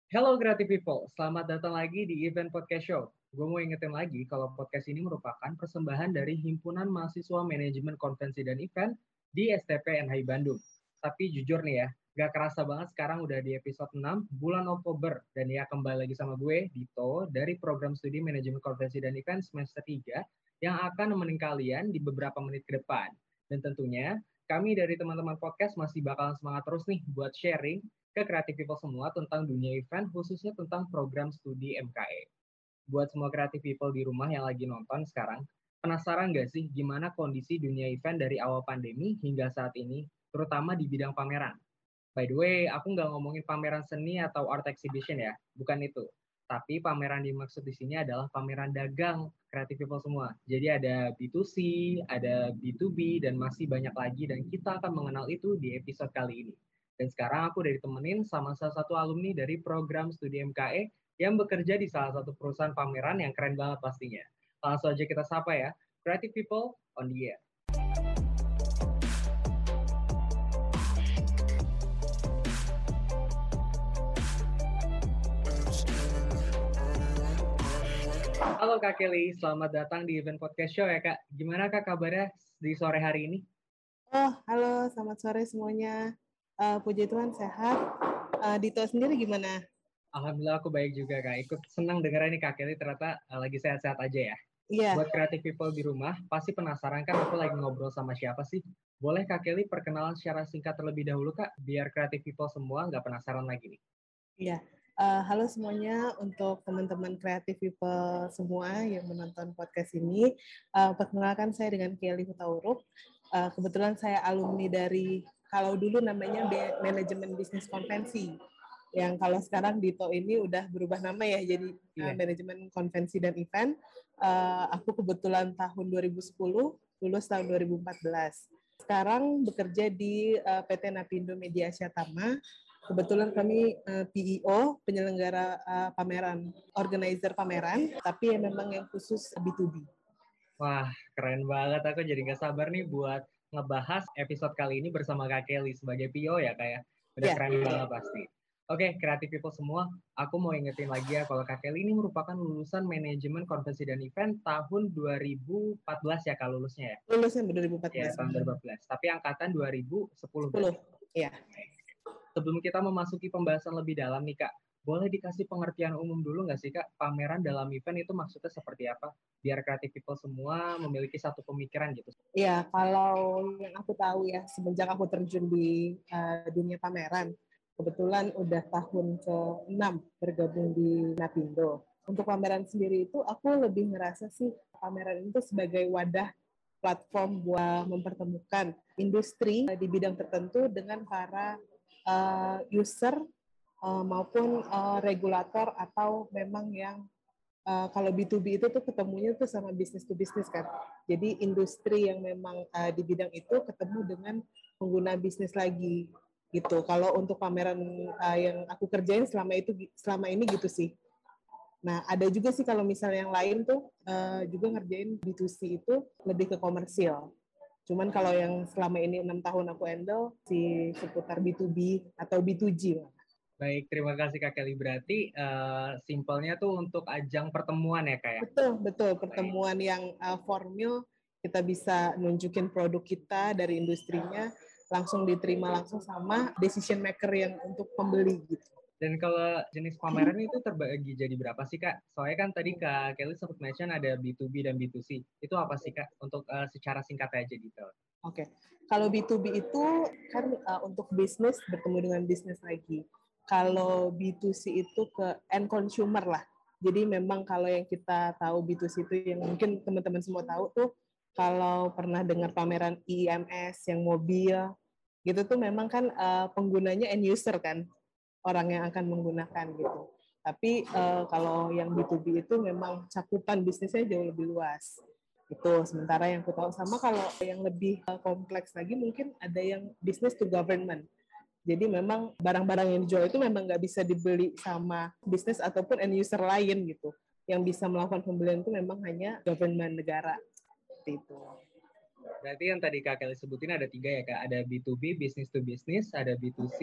Hello Creative People, selamat datang lagi di Event Podcast Show. Gue mau ingetin lagi kalau podcast ini merupakan persembahan dari Himpunan Mahasiswa Manajemen Konvensi dan Event di STP NHI Bandung. Tapi jujur nih ya, gak kerasa banget sekarang udah di episode 6 bulan Oktober. Dan ya kembali lagi sama gue, Dito, dari Program Studi Manajemen Konvensi dan Event semester 3 yang akan nemenin kalian di beberapa menit ke depan. Dan tentunya kami dari teman-teman podcast masih bakalan semangat terus nih buat sharing ke Creative People semua tentang dunia event, khususnya tentang program studi MKE. Buat semua Creative People di rumah yang lagi nonton sekarang, penasaran nggak sih gimana kondisi dunia event dari awal pandemi hingga saat ini, terutama di bidang pameran? By the way, aku nggak ngomongin pameran seni atau art exhibition ya, bukan itu. Tapi pameran dimaksud di sini adalah pameran dagang Creative People semua. Jadi ada B2C, ada B2B, dan masih banyak lagi, dan kita akan mengenal itu di episode kali ini. Dan sekarang aku udah ditemenin sama salah satu alumni dari program studi MKE yang bekerja di salah satu perusahaan pameran yang keren banget pastinya. Langsung aja kita sapa ya, Creative People on the air. Halo Kak Kelly, selamat datang di Event Podcast Show ya Kak. Gimana Kak kabarnya di sore hari ini? Oh, halo, selamat sore semuanya. Puji Tuhan sehat. Dito sendiri gimana? Alhamdulillah aku baik juga Kak. Ikut senang dengar ini Kak Kelly ternyata lagi sehat-sehat aja ya. Iya. Buat Creative People di rumah, pasti penasaran kan aku lagi ngobrol sama siapa sih? Boleh Kak Kelly perkenalan secara singkat terlebih dahulu Kak, biar Creative People semua nggak penasaran lagi nih. Iya. Halo semuanya untuk teman-teman Creative People semua yang menonton podcast ini. Perkenalkan saya dengan Kelly Hutauruk. Kebetulan saya alumni dari, kalau dulu namanya Manajemen Bisnis Konvensi. Yang kalau sekarang Dito ini udah berubah nama ya, jadi Manajemen Konvensi dan Event. Aku kebetulan tahun 2010, lulus tahun 2014. Sekarang bekerja di PT Napindo Media Asia Tama. Kebetulan kami PEO, penyelenggara pameran, organizer pameran, tapi memang yang khusus B2B. Wah, keren banget. Aku jadi gak sabar nih buat ngebahas episode kali ini bersama Kak Kelly sebagai PO ya Kak ya. Udah keren banget pasti. Oke, Creative People semua, aku mau ingetin lagi ya kalau Kak Kelly ini merupakan lulusan Manajemen Konvensi dan Event tahun 2014 ya Kak lulusnya ya? Lulusnya 2014. Ya, tahun 2014. Tapi angkatan 2010 berarti. Iya. Sebelum kita memasuki pembahasan lebih dalam nih Kak, boleh dikasih pengertian umum dulu nggak sih Kak, pameran dalam event itu maksudnya seperti apa? Biar Creative People semua memiliki satu pemikiran gitu. Iya, kalau yang aku tahu ya, semenjak aku terjun di dunia pameran, kebetulan udah tahun ke-6 bergabung di Napindo. Untuk pameran sendiri itu, aku lebih ngerasa sih pameran itu sebagai wadah platform buat mempertemukan industri di bidang tertentu dengan para user maupun regulator atau memang yang kalau B2B itu tuh ketemunya tuh sama bisnis to bisnis kan. Jadi industri yang memang di bidang itu ketemu dengan pengguna bisnis lagi gitu. Kalau untuk pameran yang aku kerjain selama ini gitu sih. Nah, ada juga sih kalau misalnya yang lain tuh juga ngerjain B2C itu lebih ke komersil. Cuman kalau yang selama ini 6 tahun aku handle si seputar B2B atau B2G. Baik, terima kasih Kak Kelly. Berarti simpelnya tuh untuk ajang pertemuan ya Kak ya? Betul. Pertemuan yang formal, kita bisa nunjukin produk kita dari industrinya, langsung diterima langsung sama decision maker yang untuk pembeli gitu. Dan kalau jenis pameran itu terbagi jadi berapa sih Kak? Soalnya kan tadi Kak Kelly sempat mention ada B2B dan B2C. Itu apa sih Kak? Untuk secara singkat aja detail. Oke. Kalau B2B itu kan untuk bisnis bertemu dengan bisnis lagi. Kalau B2C itu ke end consumer lah. Jadi memang kalau yang kita tahu B2C itu yang mungkin teman-teman semua tahu tuh, kalau pernah dengar pameran IMS yang mobil, gitu tuh memang kan penggunanya end user kan, orang yang akan menggunakan gitu. Tapi kalau yang B2B itu memang cakupan bisnisnya jauh lebih luas. Itu sementara yang aku tahu. Sama kalau yang lebih kompleks lagi mungkin ada yang business to government. Jadi memang barang-barang yang dijual itu memang nggak bisa dibeli sama bisnis ataupun end user lain gitu. Yang bisa melakukan pembelian itu memang hanya government negara. Seperti itu. Berarti yang tadi Kak Kelly sebutin ada 3 ya Kak. Ada B2B, business to business, ada B2C,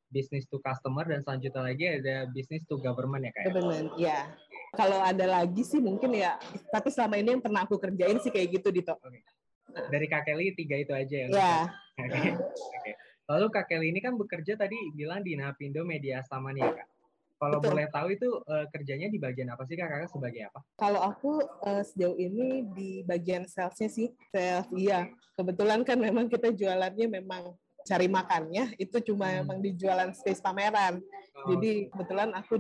business to customer, dan selanjutnya lagi ada business to government ya Kak? Government, ya. Kalau ada lagi sih mungkin ya, tapi selama ini yang pernah aku kerjain sih kayak gitu, Dito. Oke. Dari Kak Kelly 3 itu aja ya? Ya. Oke. Lalu Kak Kelly ini kan bekerja tadi bilang di Napindo Media Asaman ya Kak? Kalau Betul. boleh tahu itu kerjanya di bagian apa sih Kak? Kakak sebagai apa? Kalau aku sejauh ini di bagian sales-nya sih. Sales, iya. Kebetulan kan memang kita jualannya memang cari makannya, itu cuma memang di jualan space pameran. Jadi kebetulan aku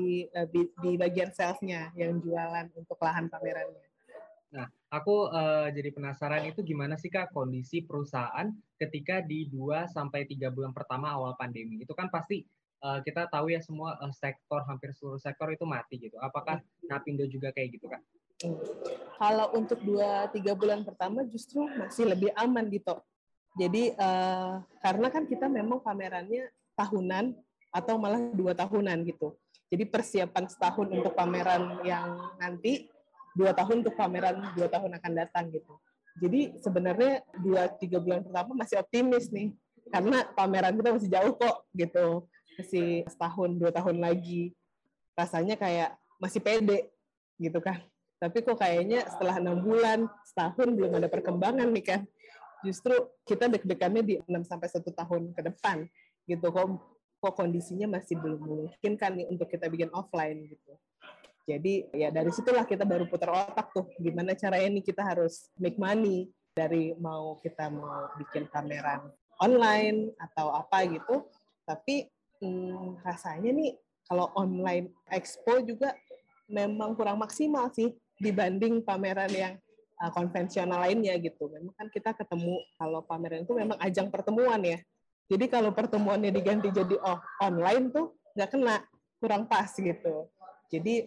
di bagian sales-nya yang jualan untuk lahan pamerannya. Nah, aku jadi penasaran itu gimana sih Kak kondisi perusahaan ketika di 2-3 bulan pertama awal pandemi. Itu kan pasti kita tahu ya semua sektor, hampir seluruh sektor itu mati gitu. Apakah Napindo juga kayak gitu Kak? Kalau untuk 2-3 bulan pertama justru masih lebih aman gitu. Jadi karena kan kita memang pamerannya tahunan atau malah 2 tahunan gitu. Jadi persiapan setahun untuk pameran yang nanti, 2 tahun untuk pameran 2 tahun akan datang gitu. Jadi sebenarnya 2-3 bulan pertama masih optimis nih, karena pameran kita masih jauh kok gitu. Masih setahun 2 tahun lagi. Rasanya kayak masih pede gitu kan. Tapi kok kayaknya setelah 6 bulan, setahun belum ada perkembangan nih kan. Justru kita deg-degannya di 6-1 tahun ke depan gitu, kok kondisinya masih belum memungkinkan nih untuk kita bikin offline gitu. Jadi ya dari situlah kita baru putar otak tuh, gimana caranya nih kita harus make money dari kita mau bikin pameran online atau apa gitu. Tapi rasanya nih kalau online expo juga memang kurang maksimal sih dibanding pameran yang konvensional lainnya gitu. Memang kan kita ketemu, kalau pameran itu memang ajang pertemuan ya. Jadi kalau pertemuannya diganti jadi online tuh nggak kena, kurang pas gitu. Jadi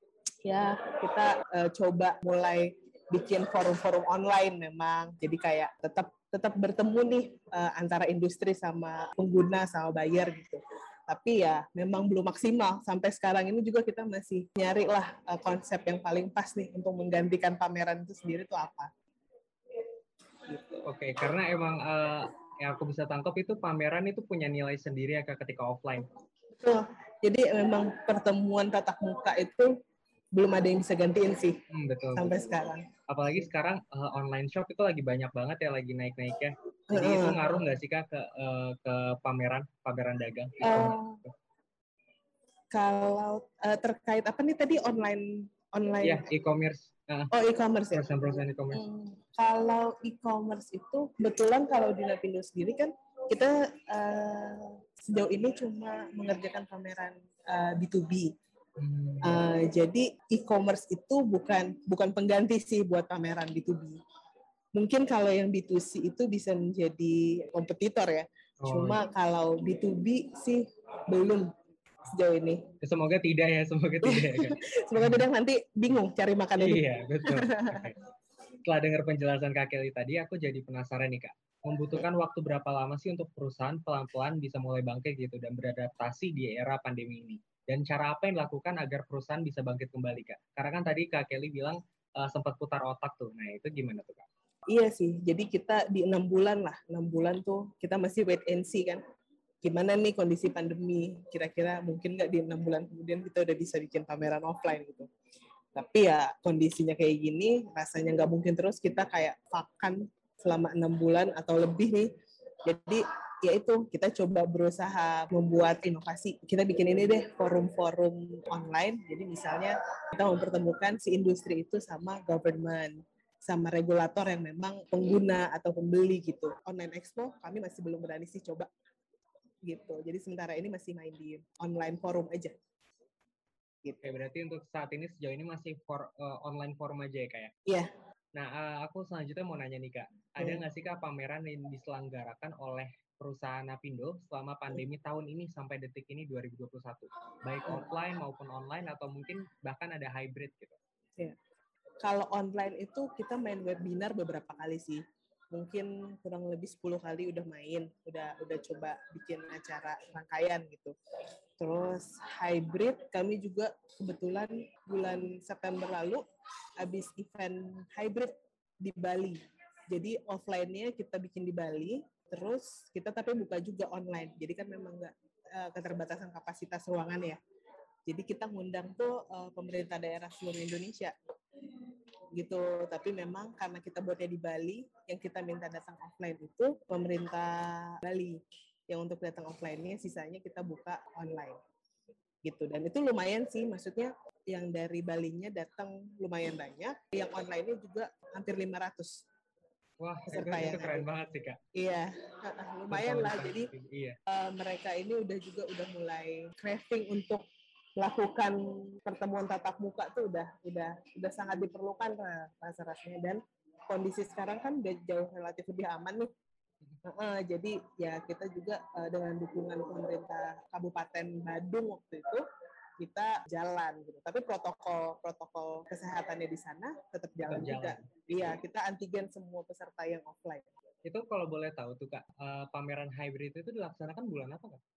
ya kita coba mulai bikin forum-forum online memang. Jadi kayak tetap bertemu nih antara industri sama pengguna sama buyer gitu. Tapi ya memang belum maksimal. Sampai sekarang ini juga kita masih nyari lah konsep yang paling pas nih untuk menggantikan pameran itu sendiri itu apa. Gitu. Oke, karena emang yang aku bisa tangkap itu pameran itu punya nilai sendiri ya Kak ketika offline. Betul. Jadi memang pertemuan tatap muka itu belum ada yang bisa gantiin sih betul, sampai betul. sekarang. Apalagi sekarang online shop itu lagi banyak banget ya, lagi naik-naiknya. Jadi itu ngaruh nggak sih Kak ke pameran dagang? Kalau terkait apa nih tadi online? Ya, e-commerce. E-commerce ya. Perusahaan e-commerce. Kalau e-commerce itu kebetulan kalau di Napindo sendiri kan kita sejauh ini cuma mengerjakan pameran B2B. Jadi e-commerce itu bukan pengganti sih buat pameran B2B. Mungkin kalau yang B2C itu bisa menjadi kompetitor ya. Cuma kalau B2B sih belum sejauh ini. Semoga tidak ya. Semoga tidak, nanti bingung cari makan ini. Iya, betul. Setelah dengar penjelasan Kak Kelly tadi, aku jadi penasaran nih Kak. Membutuhkan waktu berapa lama sih untuk perusahaan pelan-pelan bisa mulai bangkit gitu dan beradaptasi di era pandemi ini? Dan cara apa yang dilakukan agar perusahaan bisa bangkit kembali Kak? Karena kan tadi Kak Kelly bilang sempat putar otak tuh. Nah itu gimana tuh Kak? Iya sih, jadi kita di 6 bulan lah. 6 bulan tuh kita masih wait and see kan. Gimana nih kondisi pandemi, kira-kira mungkin nggak di 6 bulan kemudian kita udah bisa bikin pameran offline gitu. Tapi ya kondisinya kayak gini, rasanya nggak mungkin terus kita kayak vakan selama 6 bulan atau lebih nih. Jadi ya itu, kita coba berusaha membuat inovasi. Kita bikin ini deh, forum-forum online. Jadi misalnya kita mempertemukan si industri itu sama government, sama regulator yang memang pengguna atau pembeli gitu. Online expo kami masih belum berani sih coba gitu. Jadi sementara ini masih main di online forum aja. Gitu. Oke, berarti untuk saat ini sejauh ini masih online forum aja ya Kak ya? Iya. Nah, aku selanjutnya mau nanya nih Kak, ada nggak sih Kak pameran yang diselenggarakan oleh perusahaan Napindo selama pandemi tahun ini sampai detik ini 2021? Baik offline maupun online atau mungkin bahkan ada hybrid gitu? Iya. Kalau online itu kita main webinar beberapa kali sih. Mungkin kurang lebih 10 kali udah main, udah coba bikin acara rangkaian gitu. Terus hybrid kami juga kebetulan bulan September lalu habis event hybrid di Bali. Jadi offline-nya kita bikin di Bali, terus kita tapi buka juga online. Jadi kan memang keterbatasan kapasitas ruangan ya. Jadi kita ngundang tuh pemerintah daerah seluruh Indonesia gitu. Tapi memang karena kita buatnya di Bali, yang kita minta datang offline itu pemerintah Bali. Yang untuk datang offline-nya sisanya kita buka online gitu. Dan itu lumayan sih, maksudnya yang dari Balinya datang lumayan banyak, yang online-nya juga hampir 500 Wah, peserta itu yang keren hadir. banget sih Kak. Iya, lumayan lah. Jadi iya. Mereka ini udah mulai craving untuk melakukan pertemuan tatap muka tuh udah sangat diperlukan rasa-rasanya, dan kondisi sekarang kan udah jauh relatif lebih aman nih. Jadi ya kita juga dengan dukungan pemerintah Kabupaten Badung waktu itu kita jalan gitu. Tapi protokol kesehatannya di sana tetap jalan juga. Iya, kita antigen semua peserta yang offline. Itu kalau boleh tahu tuh Kak, pameran hybrid itu dilaksanakan bulan apa Kak?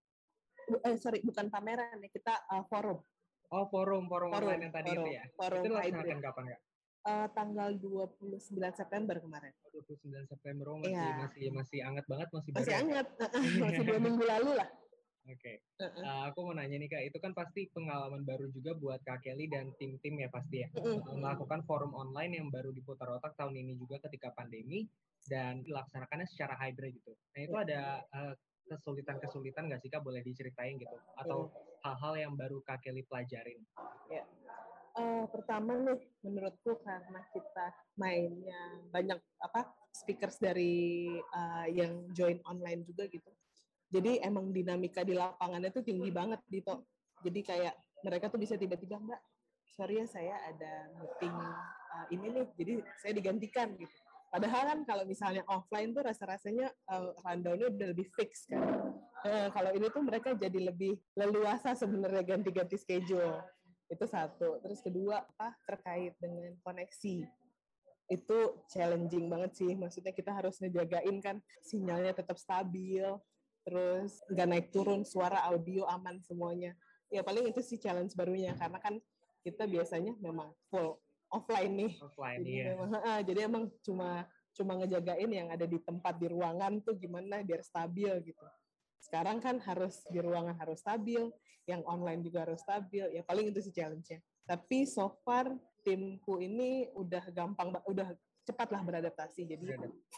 Bukan pameran ya, kita forum. Oh, forum online yang tadi itu ya. Itu dilaksanakan kapan Kak? Tanggal 29 September kemarin. 29 September, masih hangat banget, masih hangat. Masih 2 minggu lalu lah. Oke. Aku mau nanya nih Kak, itu kan pasti pengalaman baru juga buat Kak Kelly dan tim-tim ya pasti ya. Melakukan forum online yang baru diputar otak tahun ini juga ketika pandemi dan dilaksanakannya secara hybrid gitu. Nah itu ada kesulitan nggak sih Kak, boleh diceritain gitu? Atau hal-hal yang baru Kak Kelly pelajarin? Ya. Pertama nih, menurutku karena kita mainnya banyak speakers dari yang join online juga gitu. Jadi emang dinamika di lapangannya tuh tinggi banget Dito. Jadi kayak mereka tuh bisa tiba-tiba, Mbak, sorry ya saya ada meeting ini nih, jadi saya digantikan gitu. Padahal kan kalau misalnya offline tuh rasa-rasanya rundown-nya udah lebih fix kan. Kalau ini tuh mereka jadi lebih leluasa sebenarnya ganti-ganti schedule. Itu satu. Terus kedua, terkait dengan koneksi. Itu challenging banget sih. Maksudnya kita harus ngejagain kan sinyalnya tetap stabil, terus nggak naik turun, suara audio aman semuanya. Ya paling itu sih challenge barunya, karena kan kita biasanya memang full offline nih. Jadi emang cuma ngejagain yang ada di tempat di ruangan tuh gimana biar stabil gitu. Sekarang kan harus di ruangan harus stabil, yang online juga harus stabil. Ya paling itu sih challenge-nya. Tapi so far timku ini udah cepat lah beradaptasi. Jadi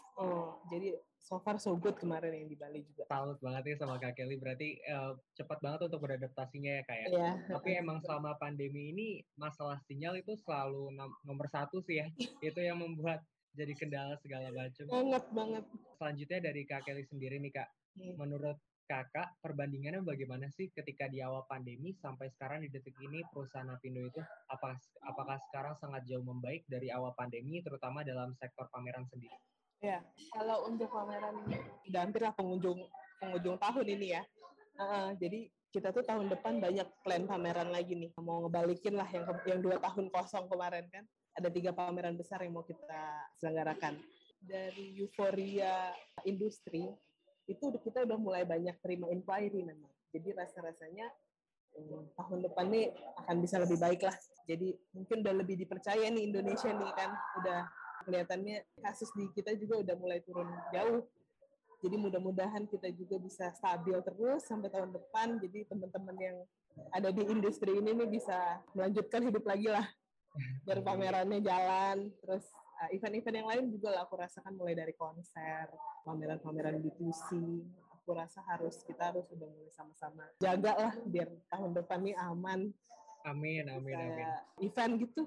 so far so good kemarin yang di Bali juga. Salut banget ya sama Kak Kelly, berarti cepat banget untuk beradaptasinya ya Kak ya. Yeah. Tapi emang selama pandemi ini masalah sinyal itu selalu nomor satu sih ya. Itu yang membuat jadi kendala segala macam. Banget. Selanjutnya dari Kak Kelly sendiri nih Kak, menurut Kakak perbandingannya bagaimana sih ketika di awal pandemi sampai sekarang di detik ini perusahaan Apindo itu apakah sekarang sangat jauh membaik dari awal pandemi terutama dalam sektor pameran sendiri? Ya, kalau untuk pameran udah hampir lah pengunjung tahun ini ya. Jadi kita tuh tahun depan banyak plan pameran lagi nih. Mau ngebalikin lah yang 2 tahun kosong kemarin kan. Ada 3 pameran besar yang mau kita selenggarakan. Dari euforia industri, itu kita udah mulai banyak terima inquiry memang. Jadi rasa-rasanya tahun depan nih akan bisa lebih baik lah. Jadi mungkin udah lebih dipercaya nih Indonesia nih kan. Udah kelihatannya kasus di kita juga udah mulai turun jauh. Jadi mudah-mudahan kita juga bisa stabil terus sampai tahun depan. Jadi teman-teman yang ada di industri ini nih bisa melanjutkan hidup lagi lah. Biar pamerannya jalan. Terus event-event yang lain juga lah aku rasakan, mulai dari konser, pameran-pameran B2C. Aku rasa kita harus udah mulai sama-sama jaga lah biar tahun depan nih aman. Amin. Event gitu.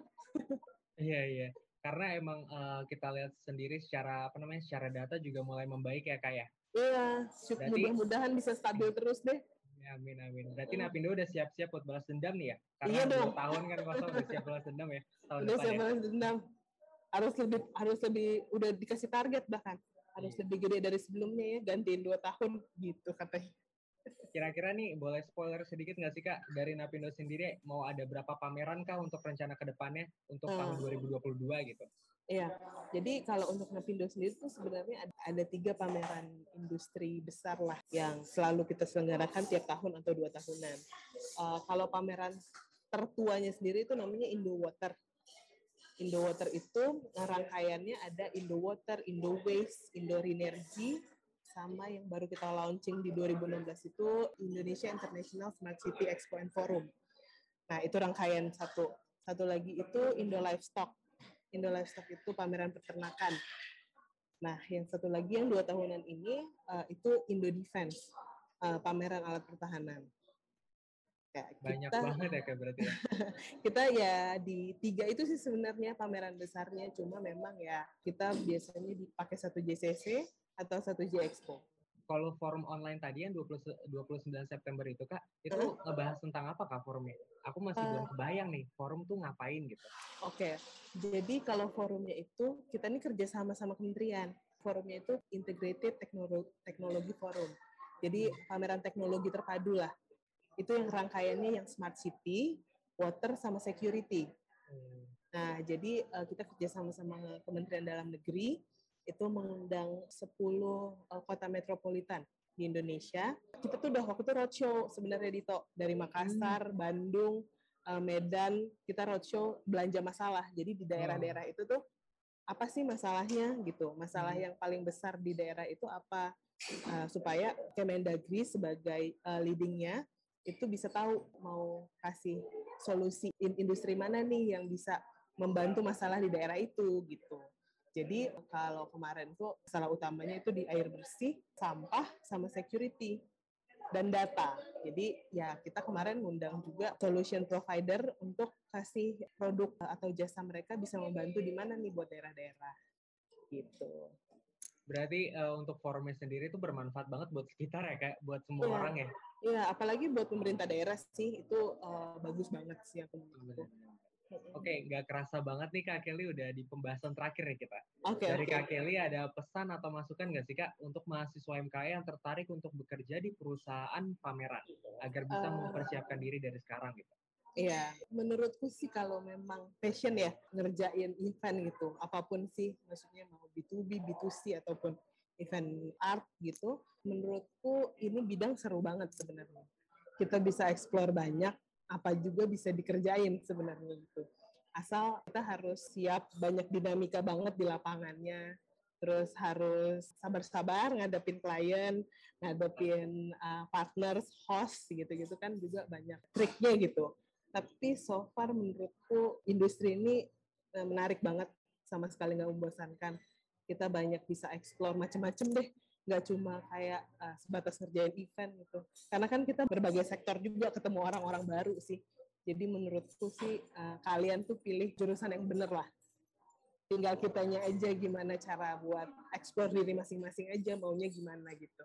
Iya. Karena emang kita lihat sendiri secara data juga mulai membaik ya Kak ya. Iya, mudah-mudahan bisa stabil terus deh. Amin. Berarti Napindo udah siap-siap buat balas dendam nih ya? Karena iya dong. 2 tahun kan kosong udah siap balas dendam ya tahun udah depan siap balas dendam. Harus lebih udah dikasih target bahkan. Harus lebih gede dari sebelumnya ya, gantiin 2 tahun gitu katanya. Kira-kira nih boleh spoiler sedikit nggak sih Kak, dari Napindo sendiri mau ada berapa pameran Kak untuk rencana ke depannya untuk tahun 2022 gitu? Iya, jadi kalau untuk Napindo sendiri tuh sebenarnya ada 3 pameran industri besar lah yang selalu kita selenggarakan tiap tahun atau 2 tahunan. Kalau pameran tertuanya sendiri itu namanya Indo-Water. Indo-Water itu rangkaiannya ada Indo-Water, Indo-Waste, Indo-Rinergy, sama yang baru kita launching di 2016 itu Indonesia International Smart City Expo and Forum. Nah, itu rangkaian satu. Satu lagi itu Indo Livestock. Indo Livestock itu pameran peternakan. Nah, yang satu lagi yang 2 tahunan ini itu Indo Defense, pameran alat pertahanan. Ya, Banyak banget ya Kak berarti ya. Kita ya di 3 itu sih sebenarnya pameran besarnya, cuma memang ya kita biasanya dipakai satu JCC atau satu J-Expo. Kalau forum online tadi yang 29 September itu Kak, itu ngebahas tentang apa Kak forumnya? Aku masih belum kebayang nih, forum tuh ngapain gitu. Oke, jadi kalau forumnya itu, kita ini kerja sama kementerian. Forumnya itu Integrated Technology Forum. Jadi pameran teknologi terpadu lah. Itu yang rangkaiannya yang Smart City, Water, sama Security. Nah, jadi kita kerja sama Kementerian Dalam Negeri, itu mengundang 10 kota metropolitan di Indonesia. Kita tuh udah waktu itu roadshow sebenarnya Dito, dari Makassar, Bandung, Medan, kita roadshow belanja masalah. Jadi di daerah-daerah itu tuh apa sih masalahnya gitu. Masalah yang paling besar di daerah itu apa, supaya Kemendagri sebagai leading-nya itu bisa tahu mau kasih solusi industri mana nih yang bisa membantu masalah di daerah itu gitu. Jadi kalau kemarin tuh masalah utamanya itu di air bersih, sampah, sama security dan data. Jadi ya kita kemarin ngundang juga solution provider untuk kasih produk atau jasa mereka bisa membantu di mana nih buat daerah-daerah gitu. Berarti untuk forumnya sendiri itu bermanfaat banget buat sekitar ya Kak, buat semua orang ya? Iya, apalagi buat pemerintah daerah sih itu bagus banget sih aku menurutku. Oke, nggak kerasa banget nih Kak Kelly udah di pembahasan terakhir ya kita. Dari Oke. Kak Kelly ada pesan atau masukan nggak sih Kak untuk mahasiswa MKI yang tertarik untuk bekerja di perusahaan pameran agar bisa mempersiapkan diri dari sekarang gitu? Iya, menurutku sih kalau memang passion ya ngerjain event gitu, apapun sih, maksudnya mau B2B, B2C ataupun event art gitu, menurutku ini bidang seru banget sebenarnya. Kita bisa explore banyak, apa juga bisa dikerjain sebenarnya gitu. Asal kita harus siap banyak dinamika banget di lapangannya, terus harus sabar-sabar ngadepin klien, ngadepin partners, host gitu-gitu kan juga banyak triknya gitu. Tapi so far menurutku industri ini menarik banget, sama sekali nggak membosankan. Kita banyak bisa explore macam-macam deh, nggak cuma kayak sebatas ngerjain event gitu. Karena kan kita berbagai sektor juga ketemu orang-orang baru sih. Jadi menurutku sih kalian tuh pilih jurusan yang bener lah. Tinggal kitanya aja gimana cara buat explore diri masing-masing aja, maunya gimana gitu.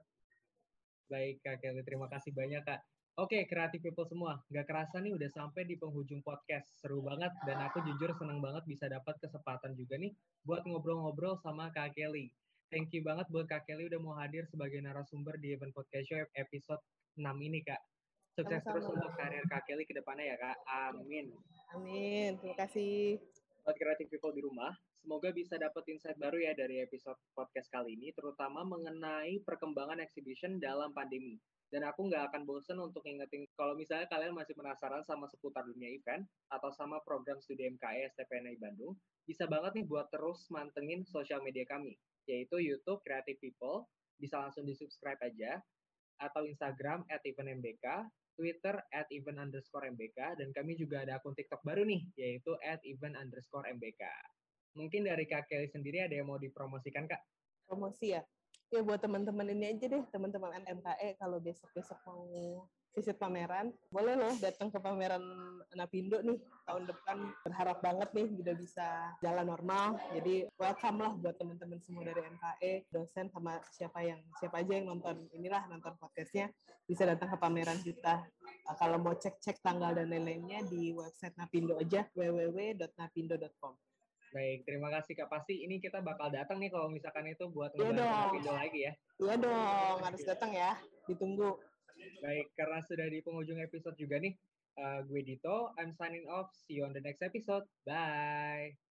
Baik Kak Kelly, terima kasih banyak Kak. Oke, Creative People semua, nggak kerasa nih udah sampai di penghujung podcast. Seru banget, dan aku jujur senang banget bisa dapat kesempatan juga nih buat ngobrol-ngobrol sama Kak Kelly. Thank you banget buat Kak Kelly udah mau hadir sebagai narasumber di Event Podcast Show episode 6 ini Kak. Sukses terus untuk karir Kak Kelly ke depannya ya Kak. Amin. Amin, terima kasih. Buat Creative People di rumah, semoga bisa dapat insight baru ya dari episode podcast kali ini, terutama mengenai perkembangan exhibition dalam pandemi. Dan aku nggak akan bosen untuk ngingetin kalau misalnya kalian masih penasaran sama seputar dunia event atau sama program studi MKI STPNI Bandung, bisa banget nih buat terus mantengin sosial media kami, yaitu YouTube Creative People, bisa langsung di-subscribe aja, atau Instagram @eventmbk, Twitter @event_mbk, dan kami juga ada akun TikTok baru nih, yaitu @event_mbk. Mungkin dari Kak Kelly sendiri ada yang mau dipromosikan, Kak? Promosi ya? Ya buat teman-teman ini aja deh, teman-teman MKE kalau besok-besok mau visit pameran, boleh loh datang ke pameran Napindo nih tahun depan. Berharap banget nih udah bisa jalan normal. Jadi welcome lah buat teman-teman semua dari MKE, dosen sama siapa aja yang nonton podcastnya bisa datang ke pameran kita. Kalau mau cek tanggal dan lain-lainnya di website Napindo aja, www.napindo.com. Baik, terima kasih Kak. Pasti ini kita bakal datang nih kalau misalkan itu buat ngebahas Napindo lagi ya. Iya dong, harus datang ya. Ditunggu. Baik, karena sudah di penghujung episode juga nih, gue Dito, I'm signing off. See you on the next episode. Bye.